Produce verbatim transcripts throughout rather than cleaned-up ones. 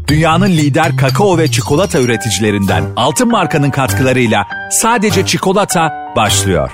Dünyanın lider kakao ve çikolata üreticilerinden Altın Marka'nın katkılarıyla Sadece Çikolata başlıyor.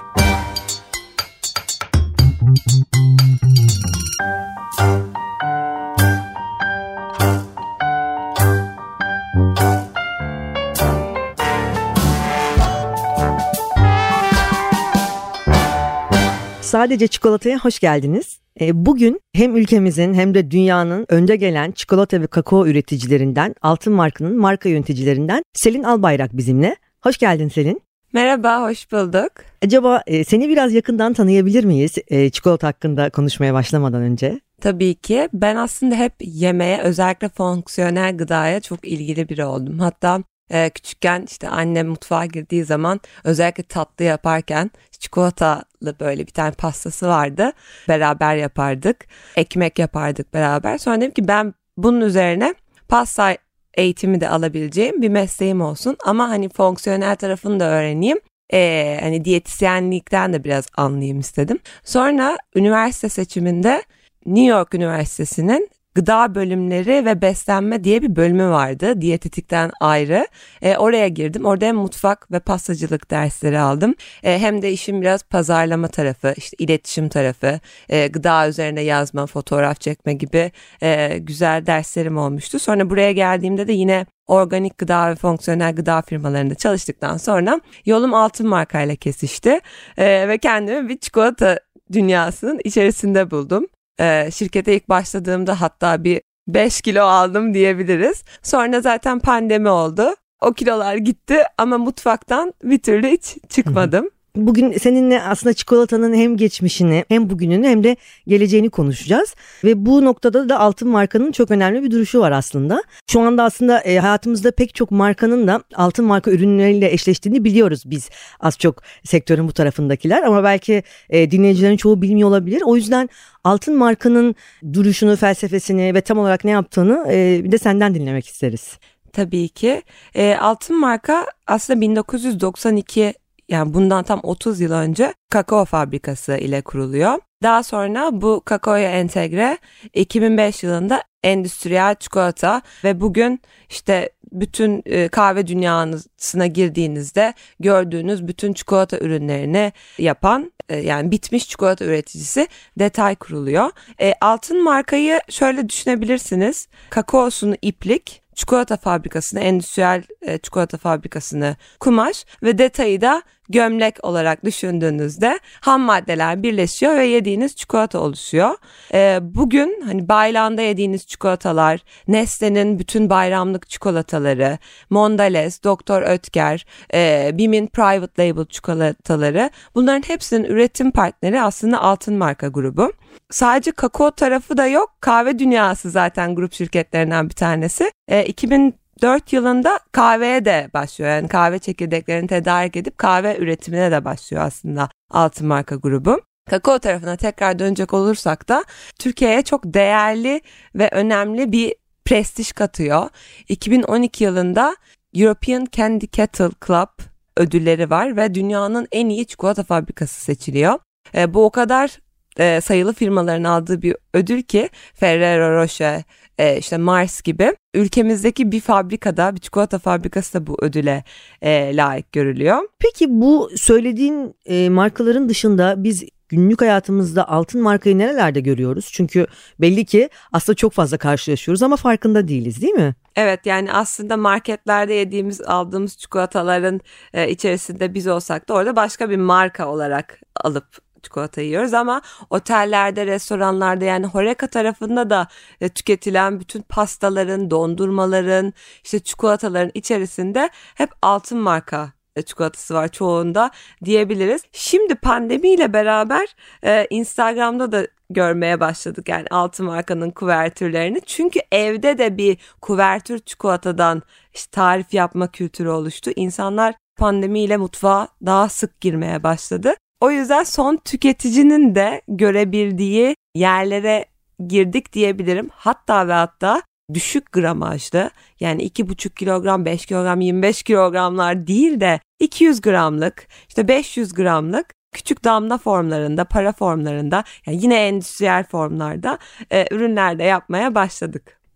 Sadece Çikolata'ya hoş geldiniz. Bugün hem ülkemizin hem de dünyanın önde gelen çikolata ve kakao üreticilerinden, Altın Marka'nın marka yöneticilerinden Selin Albayrak bizimle. Hoş geldin Selin. Merhaba, hoş bulduk. Acaba seni biraz yakından tanıyabilir miyiz çikolata hakkında konuşmaya başlamadan önce? Tabii ki. Ben aslında hep yemeğe, özellikle fonksiyonel gıdaya çok ilgili biri oldum. Hatta Ee, küçükken işte annem mutfağa girdiği zaman özellikle tatlı yaparken çikolatalı böyle bir tane pastası vardı. Beraber yapardık. Ekmek yapardık beraber. Sonra dedim ki ben bunun üzerine pasta eğitimi de alabileceğim bir mesleğim olsun. Ama hani fonksiyonel tarafını da öğreneyim. Ee, hani diyetisyenlikten de biraz anlayayım istedim. Sonra üniversite seçiminde New York Üniversitesi'nin gıda bölümleri ve beslenme diye bir bölümü vardı. Diyetetikten ayrı. E, oraya girdim. Orada hem mutfak ve pastacılık dersleri aldım. E, hem de işin biraz pazarlama tarafı, işte iletişim tarafı, e, gıda üzerine yazma, fotoğraf çekme gibi e, güzel derslerim olmuştu. Sonra buraya geldiğimde de yine organik gıda ve fonksiyonel gıda firmalarında çalıştıktan sonra yolum Altın Marka ile kesişti. E, ve kendimi bir çikolata dünyasının içerisinde buldum. Ee, şirkete ilk başladığımda hatta bir beş kilo aldım diyebiliriz. Sonra zaten pandemi oldu. O kilolar gitti ama mutfaktan bir türlü hiç çıkmadım. Bugün seninle aslında çikolatanın hem geçmişini hem bugününü hem de geleceğini konuşacağız. Ve bu noktada da Altın Marka'nın çok önemli bir duruşu var aslında. Şu anda aslında e, hayatımızda pek çok markanın da Altın Marka ürünleriyle eşleştiğini biliyoruz biz. Az çok sektörün bu tarafındakiler ama belki e, dinleyicilerin çoğu bilmiyor olabilir. O yüzden Altın Marka'nın duruşunu, felsefesini ve tam olarak ne yaptığını e, bir de senden dinlemek isteriz. Tabii ki. E, Altın Marka aslında bin dokuz yüz doksan iki, yani bundan tam otuz yıl önce kakao fabrikası ile kuruluyor. Daha sonra bu kakaoya entegre iki bin beş yılında endüstriyel çikolata ve bugün işte bütün kahve dünyasına girdiğinizde gördüğünüz bütün çikolata ürünlerini yapan, yani bitmiş çikolata üreticisi Detay kuruluyor. Altın Marka'yı şöyle düşünebilirsiniz. Kakaosunu iplik, çikolata fabrikasını, endüstriyel e, çikolata fabrikasını kumaş ve Detayı da gömlek olarak düşündüğünüzde ham maddeler birleşiyor ve yediğiniz çikolata oluşuyor. E, bugün hani bayranda yediğiniz çikolatalar, Nestle'nin bütün bayramlık çikolataları, Mondelez, Doktor Oetker, e, Bim'in private label çikolataları, bunların hepsinin üretim partneri aslında Altın Marka grubu. Sadece kakao tarafı da yok. Kahve dünyası zaten grup şirketlerinden bir tanesi. E, iki bin dört yılında kahveye de başlıyor. Yani kahve çekirdeklerini tedarik edip kahve üretimine de başlıyor aslında Altın Marka grubu. Kakao tarafına tekrar dönecek olursak da Türkiye'ye çok değerli ve önemli bir prestij katıyor. iki bin on iki yılında European Candy Kettle Club ödülleri var ve dünyanın en iyi çikolata fabrikası seçiliyor. E, bu o kadar e, sayılı firmaların aldığı bir ödül ki Ferrero Rocher, e, işte Mars gibi ülkemizdeki bir fabrikada, bir çikolata fabrikası da bu ödüle e, layık görülüyor. Peki bu söylediğin e, markaların dışında biz günlük hayatımızda Altın Marka'yı nerelerde görüyoruz? Çünkü belli ki aslında çok fazla karşılaşıyoruz ama farkında değiliz, değil mi? Evet, yani aslında marketlerde yediğimiz, aldığımız çikolataların e, içerisinde biz olsak da orada başka bir marka olarak alıp çikolata yiyoruz ama otellerde, restoranlarda, yani HoReCa tarafında da e, tüketilen bütün pastaların, dondurmaların, işte çikolataların içerisinde hep Altın Marka çikolatası var çoğunda diyebiliriz. Şimdi pandemiyle beraber e, Instagram'da da görmeye başladık yani Altın Marka'nın kuvertürlerini. Çünkü evde de bir kuvertür çikolatadan işte tarif yapma kültürü oluştu. İnsanlar pandemiyle mutfağa daha sık girmeye başladı. O yüzden son tüketicinin de görebildiği yerlere girdik diyebilirim. Hatta ve hatta düşük gramajlı, yani iki buçuk kilogram, beş kilogram, yirmi beş kilogramlar değil de iki yüz gramlık, işte beş yüz gramlık küçük damla formlarında, para formlarında, yani yine endüstriyel formlarda e, ürünler de yapmaya başladık.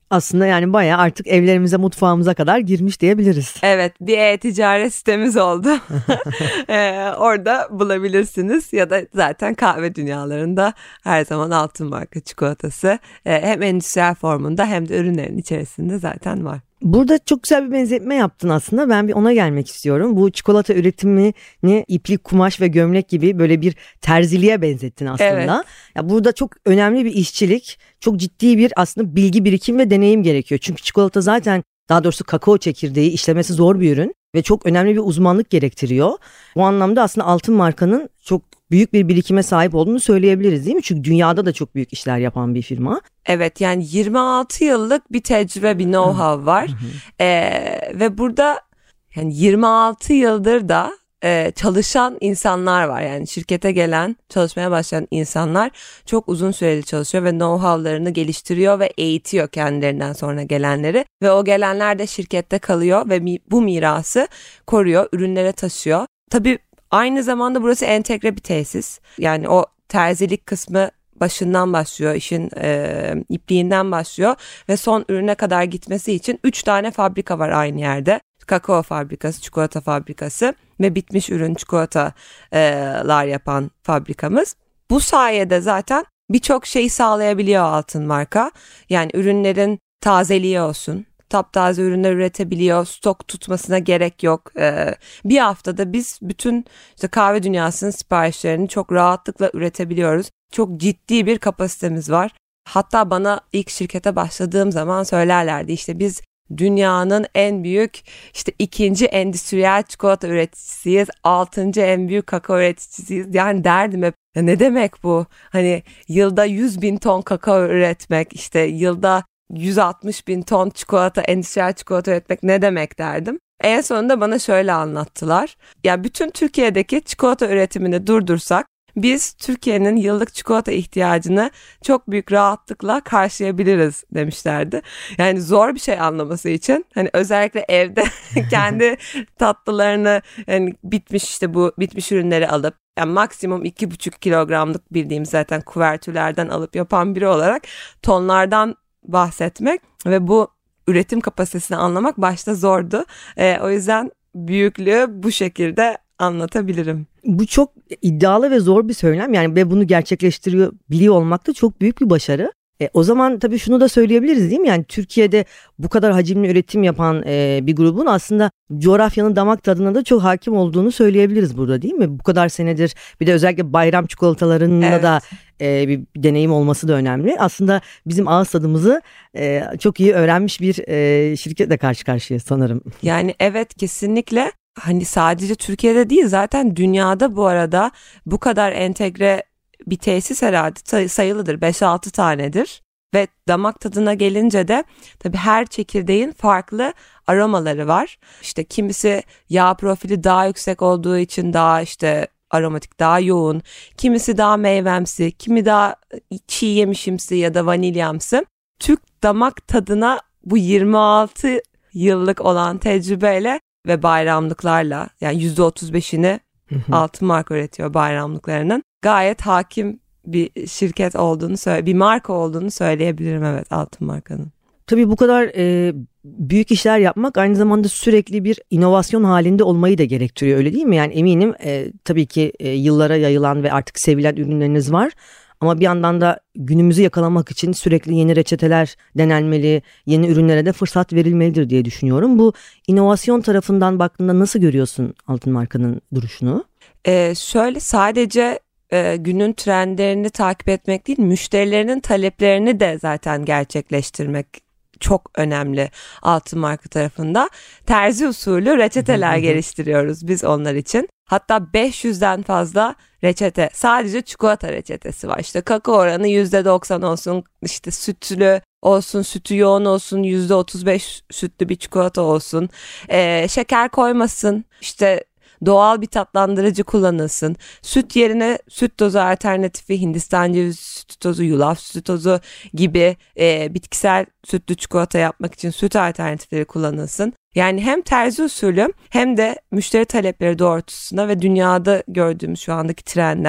Aslında yani bayağı artık evlerimize, mutfağımıza kadar girmiş diyebiliriz. Evet, bir e-ticaret sitemiz oldu. ee, orada bulabilirsiniz ya da zaten kahve dünyalarında her zaman Altın Marka çikolatası e, hem endüstriyel formunda hem de ürünlerin içerisinde zaten var. Burada çok güzel bir benzetme yaptın aslında. Ben bir ona gelmek istiyorum. Bu çikolata üretimini iplik, kumaş ve gömlek gibi böyle bir terziliğe benzettin aslında. Evet. Ya burada çok önemli bir işçilik, çok ciddi bir aslında bilgi birikim ve deneyim gerekiyor. Çünkü çikolata zaten, daha doğrusu kakao çekirdeği, işlemesi zor bir ürün ve çok önemli bir uzmanlık gerektiriyor. Bu anlamda aslında Altın Marka'nın çok büyük bir birikime sahip olduğunu söyleyebiliriz, değil mi? Çünkü dünyada da çok büyük işler yapan bir firma. Evet, yani yirmi altı yıllık bir tecrübe, bir know-how var. ee, ve burada yani yirmi altı yıldır da e, çalışan insanlar var. Yani şirkete gelen, çalışmaya başlayan insanlar çok uzun süreli çalışıyor ve know-how'larını geliştiriyor ve eğitiyor kendilerinden sonra gelenleri. Ve o gelenler de şirkette kalıyor ve mi, bu mirası koruyor, ürünlere taşıyor. Tabii aynı zamanda burası entegre bir tesis. Yani o terzilik kısmı başından başlıyor, işin e, ipliğinden başlıyor ve son ürüne kadar gitmesi için üç tane fabrika var aynı yerde. Kakao fabrikası, çikolata fabrikası ve bitmiş ürün çikolatalar yapan fabrikamız. Bu sayede zaten birçok şeyi sağlayabiliyor Altın Marka. Yani ürünlerin tazeliği olsun, taptaze ürünler üretebiliyor, stok tutmasına gerek yok. Ee, bir haftada biz bütün işte kahve dünyasının siparişlerini çok rahatlıkla üretebiliyoruz. Çok ciddi bir kapasitemiz var. Hatta bana ilk şirkete başladığım zaman söylerlerdi, işte biz dünyanın en büyük işte ikinci endüstriyel çikolata üreticisiyiz, altıncı en büyük kakao üreticisiyiz. Yani derdim hep, ya ne demek bu? Hani yılda yüz bin ton kakao üretmek, işte yılda yüz altmış bin ton çikolata, endüstriyel çikolata üretmek ne demek derdim. En sonunda bana şöyle anlattılar. Ya bütün Türkiye'deki çikolata üretimini durdursak biz Türkiye'nin yıllık çikolata ihtiyacını çok büyük rahatlıkla karşılayabiliriz demişlerdi. Yani zor bir şey anlaması için, hani özellikle evde kendi tatlılarını, yani bitmiş işte bu bitmiş ürünleri alıp, yani maksimum iki buçuk kilogramlık bildiğimiz zaten kuvertürlerden alıp yapan biri olarak tonlardan bahsetmek ve bu üretim kapasitesini anlamak başta zordu. E, o yüzden büyüklüğü bu şekilde anlatabilirim. Bu çok iddialı ve zor bir söylem. Yani ve bunu gerçekleştiriyor biliyor olmak da çok büyük bir başarı. E, o zaman tabii şunu da söyleyebiliriz, değil mi? Yani Türkiye'de bu kadar hacimli üretim yapan e, bir grubun aslında coğrafyanın damak tadına da çok hakim olduğunu söyleyebiliriz burada, değil mi? Bu kadar senedir, bir de özellikle bayram çikolatalarında evet. da e, bir deneyim olması da önemli. Aslında bizim ağız tadımızı e, çok iyi öğrenmiş bir e, şirketle karşı karşıyayız sanırım. Yani evet, kesinlikle. Hani sadece Türkiye'de değil, zaten dünyada bu arada bu kadar entegre bir tesis herhalde sayılıdır, beş altı tanedir. Ve damak tadına gelince de tabii her çekirdeğin farklı aromaları var. İşte kimisi yağ profili daha yüksek olduğu için daha işte aromatik, daha yoğun. Kimisi daha meyvemsi, kimi daha çiğ yemişimsi ya da vanilyamsı. Türk damak tadına bu yirmi altı yıllık olan tecrübeyle ve bayramlıklarla, yani yüzde otuz beşini Altın Marka üretiyor bayramlıklarının. Gayet hakim bir şirket olduğunu söyle, bir marka olduğunu söyleyebilirim, evet, Altın Marka'nın. Tabii bu kadar e, büyük işler yapmak aynı zamanda sürekli bir inovasyon halinde olmayı da gerektiriyor, öyle değil mi? Yani eminim e, tabii ki e, yıllara yayılan ve artık sevilen ürünleriniz var. Ama bir yandan da günümüzü yakalamak için sürekli yeni reçeteler denenmeli, yeni ürünlere de fırsat verilmelidir diye düşünüyorum. Bu inovasyon tarafından baktığında nasıl görüyorsun Altın Marka'nın duruşunu? Ee, şöyle sadece e, günün trendlerini takip etmek değil, müşterilerinin taleplerini de zaten gerçekleştirmek çok önemli Altın Marka tarafında. Terzi usulü reçeteler geliştiriyoruz biz onlar için. Hatta beş yüzden fazla reçete, sadece çikolata reçetesi var. İşte kakao oranı yüzde doksan olsun, işte sütlü olsun, sütü yoğun olsun, yüzde otuz beş sütlü bir çikolata olsun, ee, şeker koymasın, işte doğal bir tatlandırıcı kullanılsın. Süt yerine süt tozu alternatifi, Hindistan cevizi süt tozu, yulaf süt tozu gibi e, bitkisel sütlü çikolata yapmak için süt alternatifleri kullanılsın. Yani hem terzi usulü hem de müşteri talepleri doğrultusunda ve dünyada gördüğümüz şu andaki trendler,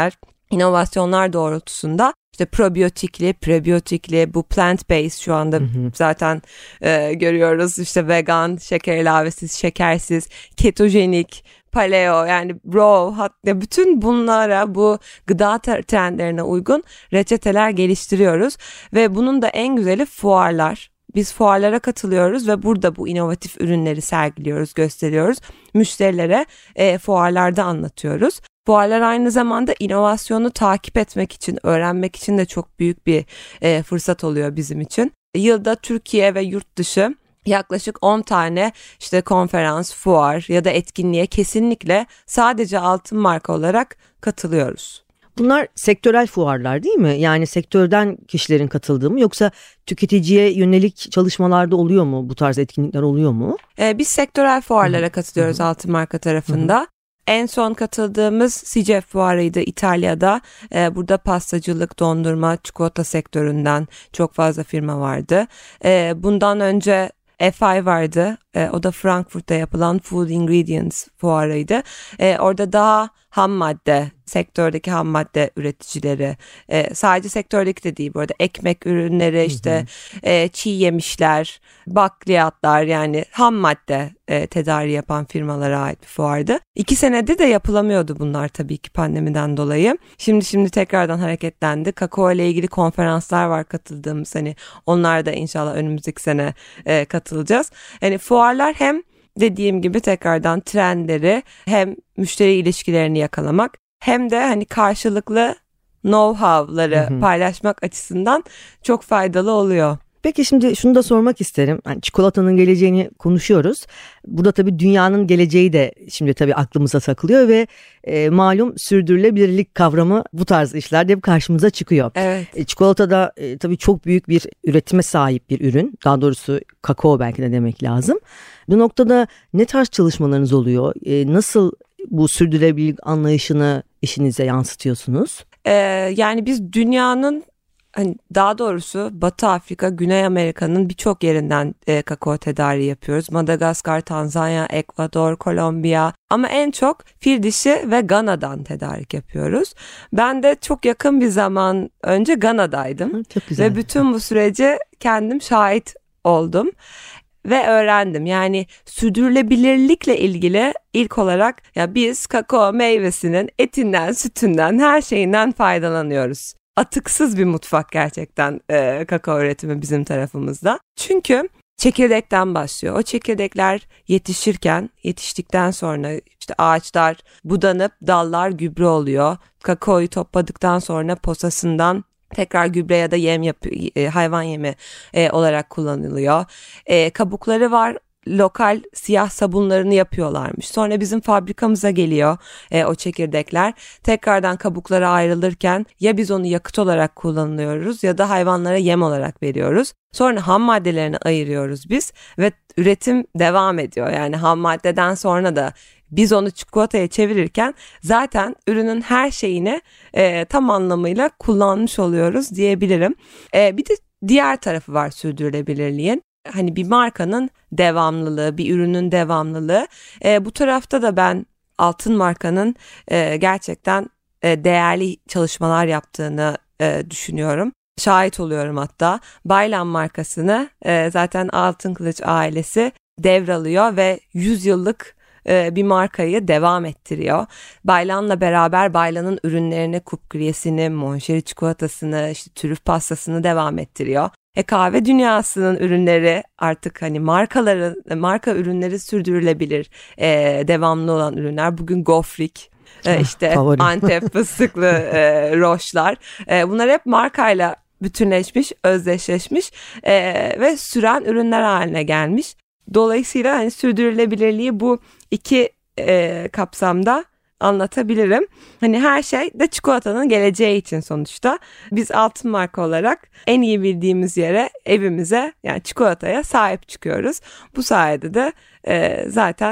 inovasyonlar doğrultusunda işte probiyotikli, prebiyotikli, bu plant based şu anda hı hı. zaten e, görüyoruz. İşte vegan, şeker ilavesiz, şekersiz, ketojenik, paleo, yani raw, hatta bütün bunlara, bu gıda trendlerine uygun reçeteler geliştiriyoruz ve bunun da en güzeli fuarlar. Biz fuarlara katılıyoruz ve burada bu inovatif ürünleri sergiliyoruz, gösteriyoruz. Müşterilere e, fuarlarda anlatıyoruz. Fuarlar aynı zamanda inovasyonu takip etmek için, öğrenmek için de çok büyük bir e, fırsat oluyor bizim için. Yılda Türkiye ve yurt dışı yaklaşık on tane işte konferans, fuar ya da etkinliğe kesinlikle sadece altın marka olarak katılıyoruz. Bunlar sektörel fuarlar değil mi? Yani sektörden kişilerin katıldığı mı, yoksa tüketiciye yönelik çalışmalarda oluyor mu? Bu tarz etkinlikler oluyor mu? Ee, biz sektörel fuarlara katılıyoruz altın marka tarafında. Hı-hı. En son katıldığımız C G F fuarıydı İtalya'da. Ee, burada pastacılık, dondurma, çikolata sektöründen çok fazla firma vardı. Ee, bundan önce F I vardı. E, o da Frankfurt'ta yapılan Food Ingredients fuarıydı. E, orada daha ham madde, sektördeki ham madde üreticileri, e, sadece sektördeki de değil bu arada, ekmek ürünleri, işte e, çiğ yemişler, bakliyatlar, yani ham madde e, tedariği yapan firmalara ait bir fuardı. İki senede de yapılamıyordu bunlar tabii ki pandemiden dolayı. Şimdi şimdi tekrardan hareketlendi. Kakao ile ilgili konferanslar var katıldığımız, hani onlar da inşallah önümüzdeki sene e, katılacağız. Hani fuarlar hem dediğim gibi tekrardan trendleri, hem müşteri ilişkilerini yakalamak, hem de hani karşılıklı know-how'ları hı hı. paylaşmak açısından çok faydalı oluyor. Peki şimdi şunu da sormak isterim. Yani çikolatanın geleceğini konuşuyoruz. Burada tabii dünyanın geleceği de şimdi tabii aklımıza takılıyor ve e, malum sürdürülebilirlik kavramı bu tarz işlerde hep karşımıza çıkıyor. Evet. E, çikolata da e, tabii çok büyük bir üretime sahip bir ürün. Daha doğrusu kakao belki de demek lazım. Bu noktada ne tarz çalışmalarınız oluyor? E, nasıl bu sürdürülebilirlik anlayışını işinize yansıtıyorsunuz? Ee, yani biz dünyanın, hani daha doğrusu Batı Afrika, Güney Amerika'nın birçok yerinden e, kakao tedariği yapıyoruz. Madagaskar, Tanzanya, Ekvador, Kolombiya, ama en çok fil dişi ve Gana'dan tedarik yapıyoruz. Ben de çok yakın bir zaman önce Gana'daydım. Çok güzel. Ve bütün bu sürece kendim şahit oldum ve öğrendim. Yani sürdürülebilirlikle ilgili ilk olarak ya biz kakao meyvesinin etinden, sütünden, her şeyinden faydalanıyoruz. Atıksız bir mutfak gerçekten e, kakao üretimi bizim tarafımızda. Çünkü çekirdekten başlıyor. O çekirdekler yetişirken, yetiştikten sonra işte ağaçlar budanıp dallar gübre oluyor. Kakaoyu topladıktan sonra posasından tekrar gübre ya da yem yap, e, hayvan yemi e, olarak kullanılıyor. E, kabukları var. Lokal siyah sabunlarını yapıyorlarmış. Sonra bizim fabrikamıza geliyor e, o çekirdekler. Tekrardan kabuklara ayrılırken ya biz onu yakıt olarak kullanıyoruz ya da hayvanlara yem olarak veriyoruz. Sonra ham maddelerini ayırıyoruz biz ve üretim devam ediyor. Yani ham maddeden sonra da biz onu çikolataya çevirirken zaten ürünün her şeyini e, tam anlamıyla kullanmış oluyoruz diyebilirim. E, bir de diğer tarafı var sürdürülebilirliğin. Hani bir markanın devamlılığı, bir ürünün devamlılığı. E, bu tarafta da ben altın markanın e, gerçekten e, değerli çalışmalar yaptığını e, düşünüyorum. Şahit oluyorum hatta. Baylan markasını e, zaten Altın Kılıç ailesi devralıyor ve yüz yıllık bir markayı devam ettiriyor. Baylan'la beraber Baylan'ın ürünlerini, kupkriyesini, monşeri çikolatasını, işte trüf pastasını devam ettiriyor. E kahve dünyasının ürünleri artık hani markaların marka ürünleri sürdürülebilir, e, devamlı olan ürünler. Bugün gofrik, e, işte Favorim. Antep fıstıklı e, roşlar. E, bunlar hep markayla bütünleşmiş, özdeşleşmiş e, ve süren ürünler haline gelmiş. Dolayısıyla hani sürdürülebilirliği bu iki e, kapsamda anlatabilirim. Hani her şey de çikolatanın geleceği için sonuçta. Biz altın marka olarak en iyi bildiğimiz yere, evimize, yani çikolataya sahip çıkıyoruz. Bu sayede de e, zaten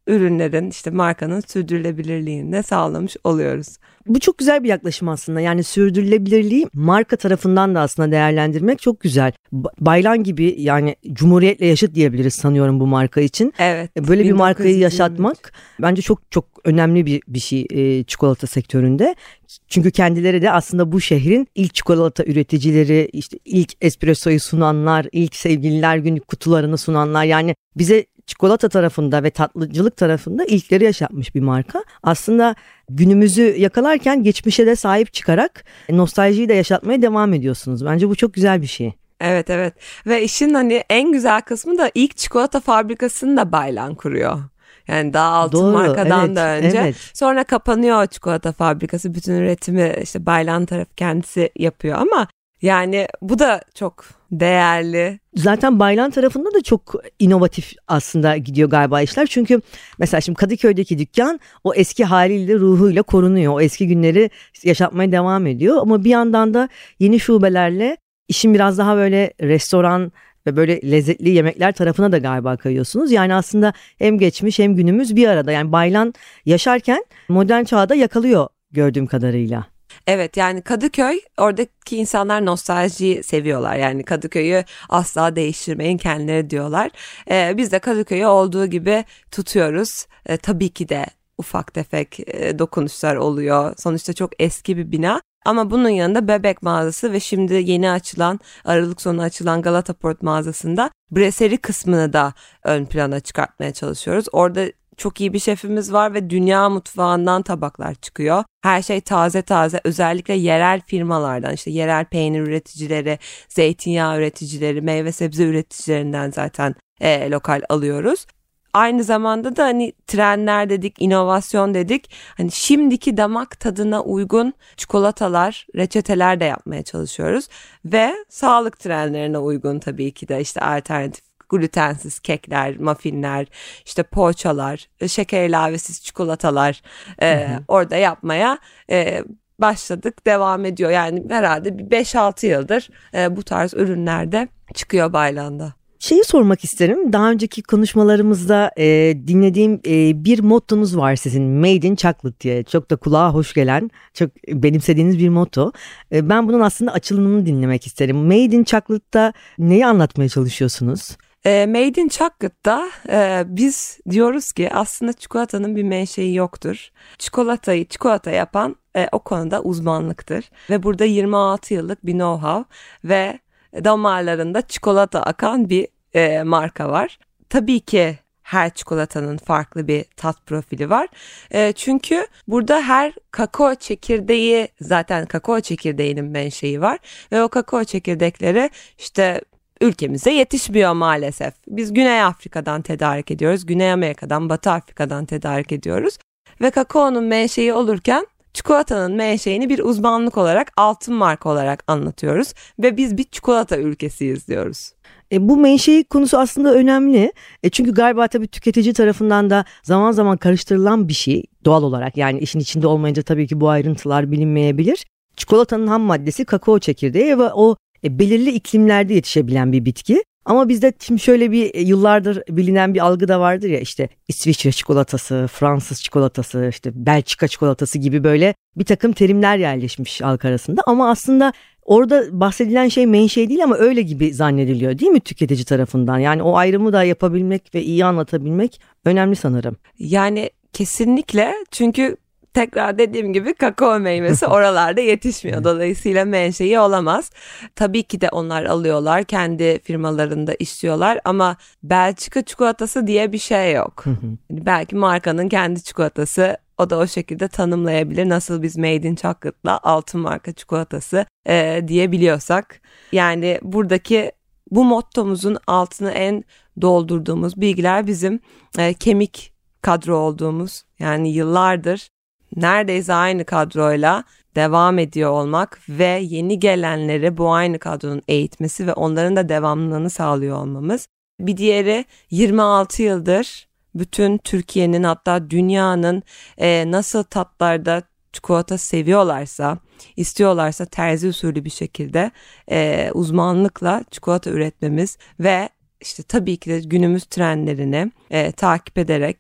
ürünlerin, işte markanın sürdürülebilirliğini de sağlamış oluyoruz. Bu çok güzel bir yaklaşım aslında. Yani sürdürülebilirliği marka tarafından da aslında değerlendirmek çok güzel. Baylan gibi, yani Cumhuriyet'le yaşıt diyebiliriz sanıyorum bu marka için. Evet. Böyle bir markayı yaşatmak bence çok çok önemli bir bir şey e, çikolata sektöründe. Çünkü kendileri de aslında bu şehrin ilk çikolata üreticileri, işte ilk espressoyu sunanlar, ilk sevgililer günlük kutularını sunanlar. Yani bize çikolata tarafında ve tatlıcılık tarafında ilkleri yaşatmış bir marka. Aslında günümüzü yakalarken geçmişe de sahip çıkarak nostaljiyi de yaşatmaya devam ediyorsunuz. Bence bu çok güzel bir şey. Evet evet, ve işin hani en güzel kısmı da ilk çikolata fabrikasını da Baylan kuruyor. Yani daha altın Doğru, markadan evet, da önce. evet. Sonra kapanıyor o çikolata fabrikası. Bütün üretimi işte Baylan tarafı kendisi yapıyor ama yani bu da çok değerli. Zaten Baylan tarafında da çok inovatif aslında gidiyor galiba işler. Çünkü mesela şimdi Kadıköy'deki dükkan o eski haliyle, ruhuyla korunuyor. O eski günleri yaşatmaya devam ediyor. Ama bir yandan da yeni şubelerle işin biraz daha böyle restoran ve böyle lezzetli yemekler tarafına da galiba kayıyorsunuz. Yani aslında hem geçmiş hem günümüz bir arada. Yani Baylan yaşarken modern çağda yakalıyor gördüğüm kadarıyla. Evet, yani Kadıköy, oradaki insanlar nostaljiyi seviyorlar. Yani Kadıköy'ü asla değiştirmeyin kendileri diyorlar. Ee, biz de Kadıköy'ü olduğu gibi tutuyoruz. Ee, tabii ki de ufak tefek e, dokunuşlar oluyor. Sonuçta çok eski bir bina. Ama bunun yanında Bebek mağazası ve şimdi yeni açılan, Aralık sonu açılan Galata Port mağazasında brasserie kısmını da ön plana çıkartmaya çalışıyoruz. Orada çok iyi bir şefimiz var ve dünya mutfağından tabaklar çıkıyor. Her şey taze taze, özellikle yerel firmalardan, işte yerel peynir üreticileri, zeytinyağı üreticileri, meyve sebze üreticilerinden zaten e, lokal alıyoruz. Aynı zamanda da hani trendler dedik, inovasyon dedik. Hani şimdiki damak tadına uygun çikolatalar, reçeteler de yapmaya çalışıyoruz. Ve sağlık trendlerine uygun tabii ki de işte alternatif glutensiz kekler, muffinler, işte poğaçalar, şeker ilavesiz çikolatalar e, orada yapmaya e, başladık, devam ediyor. Yani herhalde bir beş altı yıldır e, bu tarz ürünler de çıkıyor Baylan'da. Şeyi sormak isterim. Daha önceki konuşmalarımızda e, dinlediğim e, bir mottonuz var sizin, Made in Chocolate diye. Çok da kulağa hoş gelen, çok benimsediğiniz bir motto. E, ben bunun aslında açılımını dinlemek isterim. Made in Chocolate'da neyi anlatmaya çalışıyorsunuz? E, Made in Chocolate'da e, biz diyoruz ki aslında çikolatanın bir menşei yoktur. Çikolatayı çikolata yapan e, o konuda uzmanlıktır. Ve burada yirmi altı yıllık bir know-how ve damarlarında çikolata akan bir e, marka var. Tabii ki her çikolatanın farklı bir tat profili var. E, çünkü burada her kakao çekirdeği, zaten kakao çekirdeğinin menşei var. Ve o kakao çekirdekleri işte ülkemize yetişmiyor maalesef. Biz Güney Afrika'dan tedarik ediyoruz. Güney Amerika'dan, Batı Afrika'dan tedarik ediyoruz. Ve kakaonun menşei olurken çikolatanın menşeini bir uzmanlık olarak, altın marka olarak anlatıyoruz. Ve biz bir çikolata ülkesiyiz diyoruz. E, bu menşei konusu aslında önemli. E, çünkü galiba tabii tüketici tarafından da zaman zaman karıştırılan bir şey doğal olarak. Yani işin içinde olmayınca tabii ki bu ayrıntılar bilinmeyebilir. Çikolatanın ham maddesi kakao çekirdeği ve o e, belirli iklimlerde yetişebilen bir bitki. Ama bizde şimdi şöyle bir e, yıllardır bilinen bir algı da vardır ya, işte İsviçre çikolatası, Fransız çikolatası, işte Belçika çikolatası gibi böyle bir takım terimler yerleşmiş halk arasında. Ama aslında orada bahsedilen şey menşei değil ama öyle gibi zannediliyor değil mi tüketici tarafından? Yani o ayrımı da yapabilmek ve iyi anlatabilmek önemli sanırım. Yani kesinlikle, çünkü tekrar dediğim gibi kakao meyvesi oralarda yetişmiyor. Dolayısıyla menşei olamaz. Tabii ki de onlar alıyorlar, kendi firmalarında işliyorlar ama Belçika çikolatası diye bir şey yok. Yani belki markanın kendi çikolatası, o da o şekilde tanımlayabilir. Nasıl biz Made in Chocolate'la altın marka çikolatası e, diyebiliyorsak. Yani buradaki bu mottomuzun altını en doldurduğumuz bilgiler bizim e, kemik kadro olduğumuz, yani yıllardır neredeyse aynı kadroyla devam ediyor olmak ve yeni gelenleri bu aynı kadronun eğitmesi ve onların da devamlılığını sağlıyor olmamız. Bir diğeri yirmi altı yıldır bütün Türkiye'nin, hatta dünyanın e, nasıl tatlarda çikolata seviyorlarsa, istiyorlarsa terzi usulü bir şekilde e, uzmanlıkla çikolata üretmemiz ve işte tabii ki de günümüz trendlerini e, takip ederek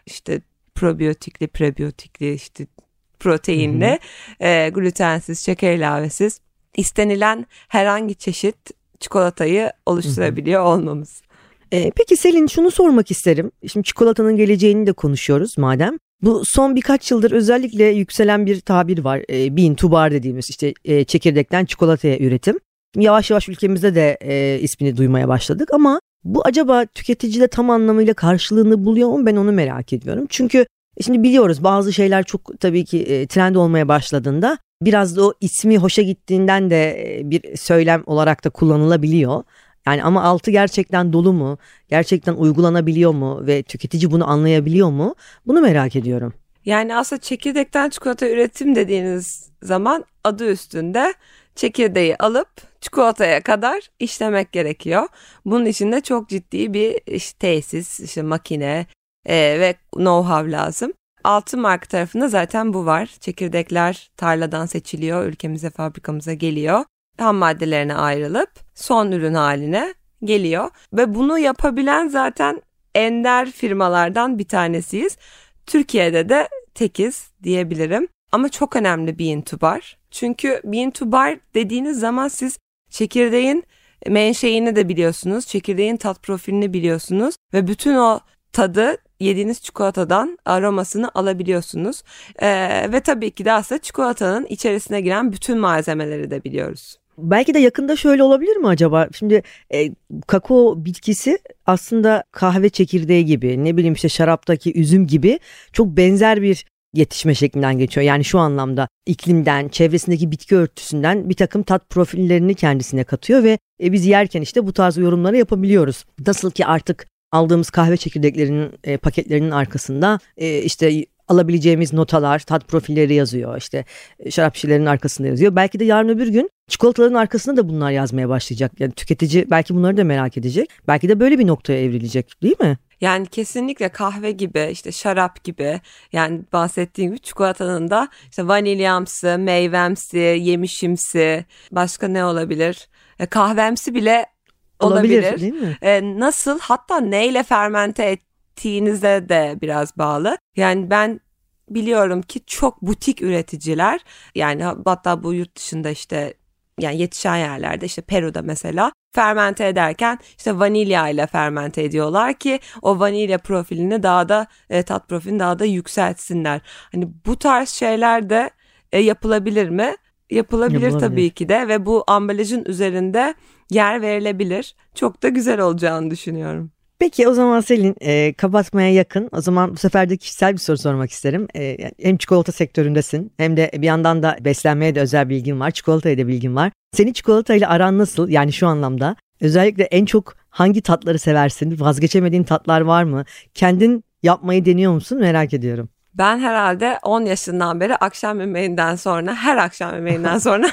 işte probiyotikli, prebiyotikli, işte proteinli, e, glutensiz, şeker ilavesiz istenilen herhangi çeşit çikolatayı oluşturabiliyor olmamız. E, peki Selin, şunu sormak isterim. Şimdi çikolatanın geleceğini de konuşuyoruz madem. Bu son birkaç yıldır özellikle yükselen bir tabir var. E, bean to bar dediğimiz işte e, çekirdekten çikolataya üretim. Yavaş yavaş ülkemizde de e, ismini duymaya başladık ama bu acaba tüketicide tam anlamıyla karşılığını buluyor mu, ben onu merak ediyorum. Çünkü şimdi biliyoruz bazı şeyler çok tabii ki e, trend olmaya başladığında biraz da o ismi hoşa gittiğinden de e, bir söylem olarak da kullanılabiliyor. Yani ama altı gerçekten dolu mu? Gerçekten uygulanabiliyor mu? Ve tüketici bunu anlayabiliyor mu? Bunu merak ediyorum. Yani aslında çekirdekten çikolata üretim dediğiniz zaman adı üstünde çekirdeği alıp çikolataya kadar işlemek gerekiyor. Bunun için de çok ciddi bir işte tesis, işte makine e, ve know-how lazım. Altın Marka tarafında zaten bu var. Çekirdekler tarladan seçiliyor, ülkemize, fabrikamıza geliyor. Ham maddelerine ayrılıp son ürün haline geliyor. Ve bunu yapabilen zaten ender firmalardan bir tanesiyiz. Türkiye'de de tekiz diyebilirim. Ama çok önemli bean to bar. Çünkü bean to bar dediğiniz zaman siz çekirdeğin menşeini de biliyorsunuz. Çekirdeğin tat profilini biliyorsunuz. Ve bütün o tadı yediğiniz çikolatadan aromasını alabiliyorsunuz. Ee, ve tabii ki de aslında çikolatanın içerisine giren bütün malzemeleri de biliyoruz. Belki de yakında şöyle olabilir mi acaba? Şimdi e, kakao bitkisi aslında kahve çekirdeği gibi, ne bileyim işte şaraptaki üzüm gibi çok benzer bir yetişme şeklinden geçiyor. Yani şu anlamda iklimden, çevresindeki bitki örtüsünden bir takım tat profillerini kendisine katıyor ve e, biz yerken işte bu tarz yorumları yapabiliyoruz. Nasıl ki artık aldığımız kahve çekirdeklerinin e, paketlerinin arkasında e, işte alabileceğimiz notalar, tat profilleri yazıyor. İşte şarap şişelerinin arkasında yazıyor. Belki de yarın öbür gün çikolataların arkasında da bunlar yazmaya başlayacak. Yani tüketici belki bunları da merak edecek. Belki de böyle bir noktaya evrilecek, değil mi? Yani kesinlikle kahve gibi, işte şarap gibi, yani bahsettiğim gibi çikolatanın da işte vanilyamsı, meyvemsi, yemişimsi, başka ne olabilir? E, kahvemsi bile olabilir. Olabilir, değil mi? E, nasıl, hatta neyle fermente ettiğinize de biraz bağlı. Yani ben biliyorum ki çok butik üreticiler, yani hatta bu yurt dışında işte yani yetişen yerlerde, işte Peru'da mesela fermente ederken işte vanilya ile fermente ediyorlar ki o vanilya profilini daha da e, tat profilini daha da yükseltsinler. Hani bu tarz şeyler de e, yapılabilir mi? Yapılabilir, Yapılabilir tabii ki de ve bu ambalajın üzerinde yer verilebilir. Çok da güzel olacağını düşünüyorum. Peki o zaman Selin, e, kapatmaya yakın, o zaman bu sefer de kişisel bir soru sormak isterim. E, hem çikolata sektöründesin hem de bir yandan da beslenmeye de özel bilgin var, çikolataya da bilgin var. Senin çikolatayla aran nasıl? Yani şu anlamda özellikle en çok hangi tatları seversin? Vazgeçemediğin tatlar var mı? Kendin yapmayı deniyor musun? Merak ediyorum. Ben herhalde on yaşından beri akşam yemeğinden sonra, her akşam yemeğinden sonra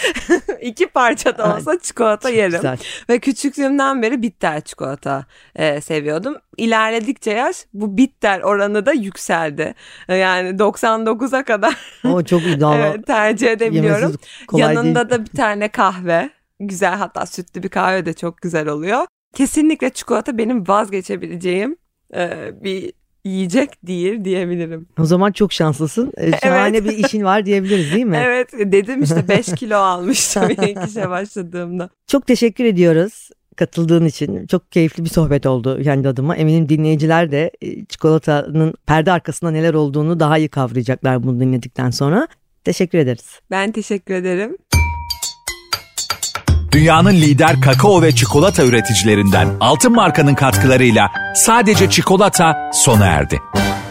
iki parça da olsa çikolata yerim. Güzel. Ve küçüklüğümden beri bitter çikolata e, seviyordum. İlerledikçe yaş, bu bitter oranı da yükseldi. Yani doksan dokuza kadar o çok iddialı. Evet, tercih edebiliyorum. Yanında da bir tane kahve. Güzel, hatta sütlü bir kahve de çok güzel oluyor. Kesinlikle çikolata benim vazgeçebileceğim e, bir yiyecek değil diyebilirim. O zaman çok şanslısın. Şahane evet. Bir işin var diyebiliriz, değil mi? Evet, dedim işte beş kilo almıştım ilk işe başladığımda. Çok teşekkür ediyoruz katıldığın için. Çok keyifli bir sohbet oldu kendi adıma. Eminim dinleyiciler de çikolatanın perde arkasında neler olduğunu daha iyi kavrayacaklar bunu dinledikten sonra. Teşekkür ederiz. Ben teşekkür ederim. Dünyanın lider kakao ve çikolata üreticilerinden Altın Marka'nın katkılarıyla Sadece Çikolata sona erdi.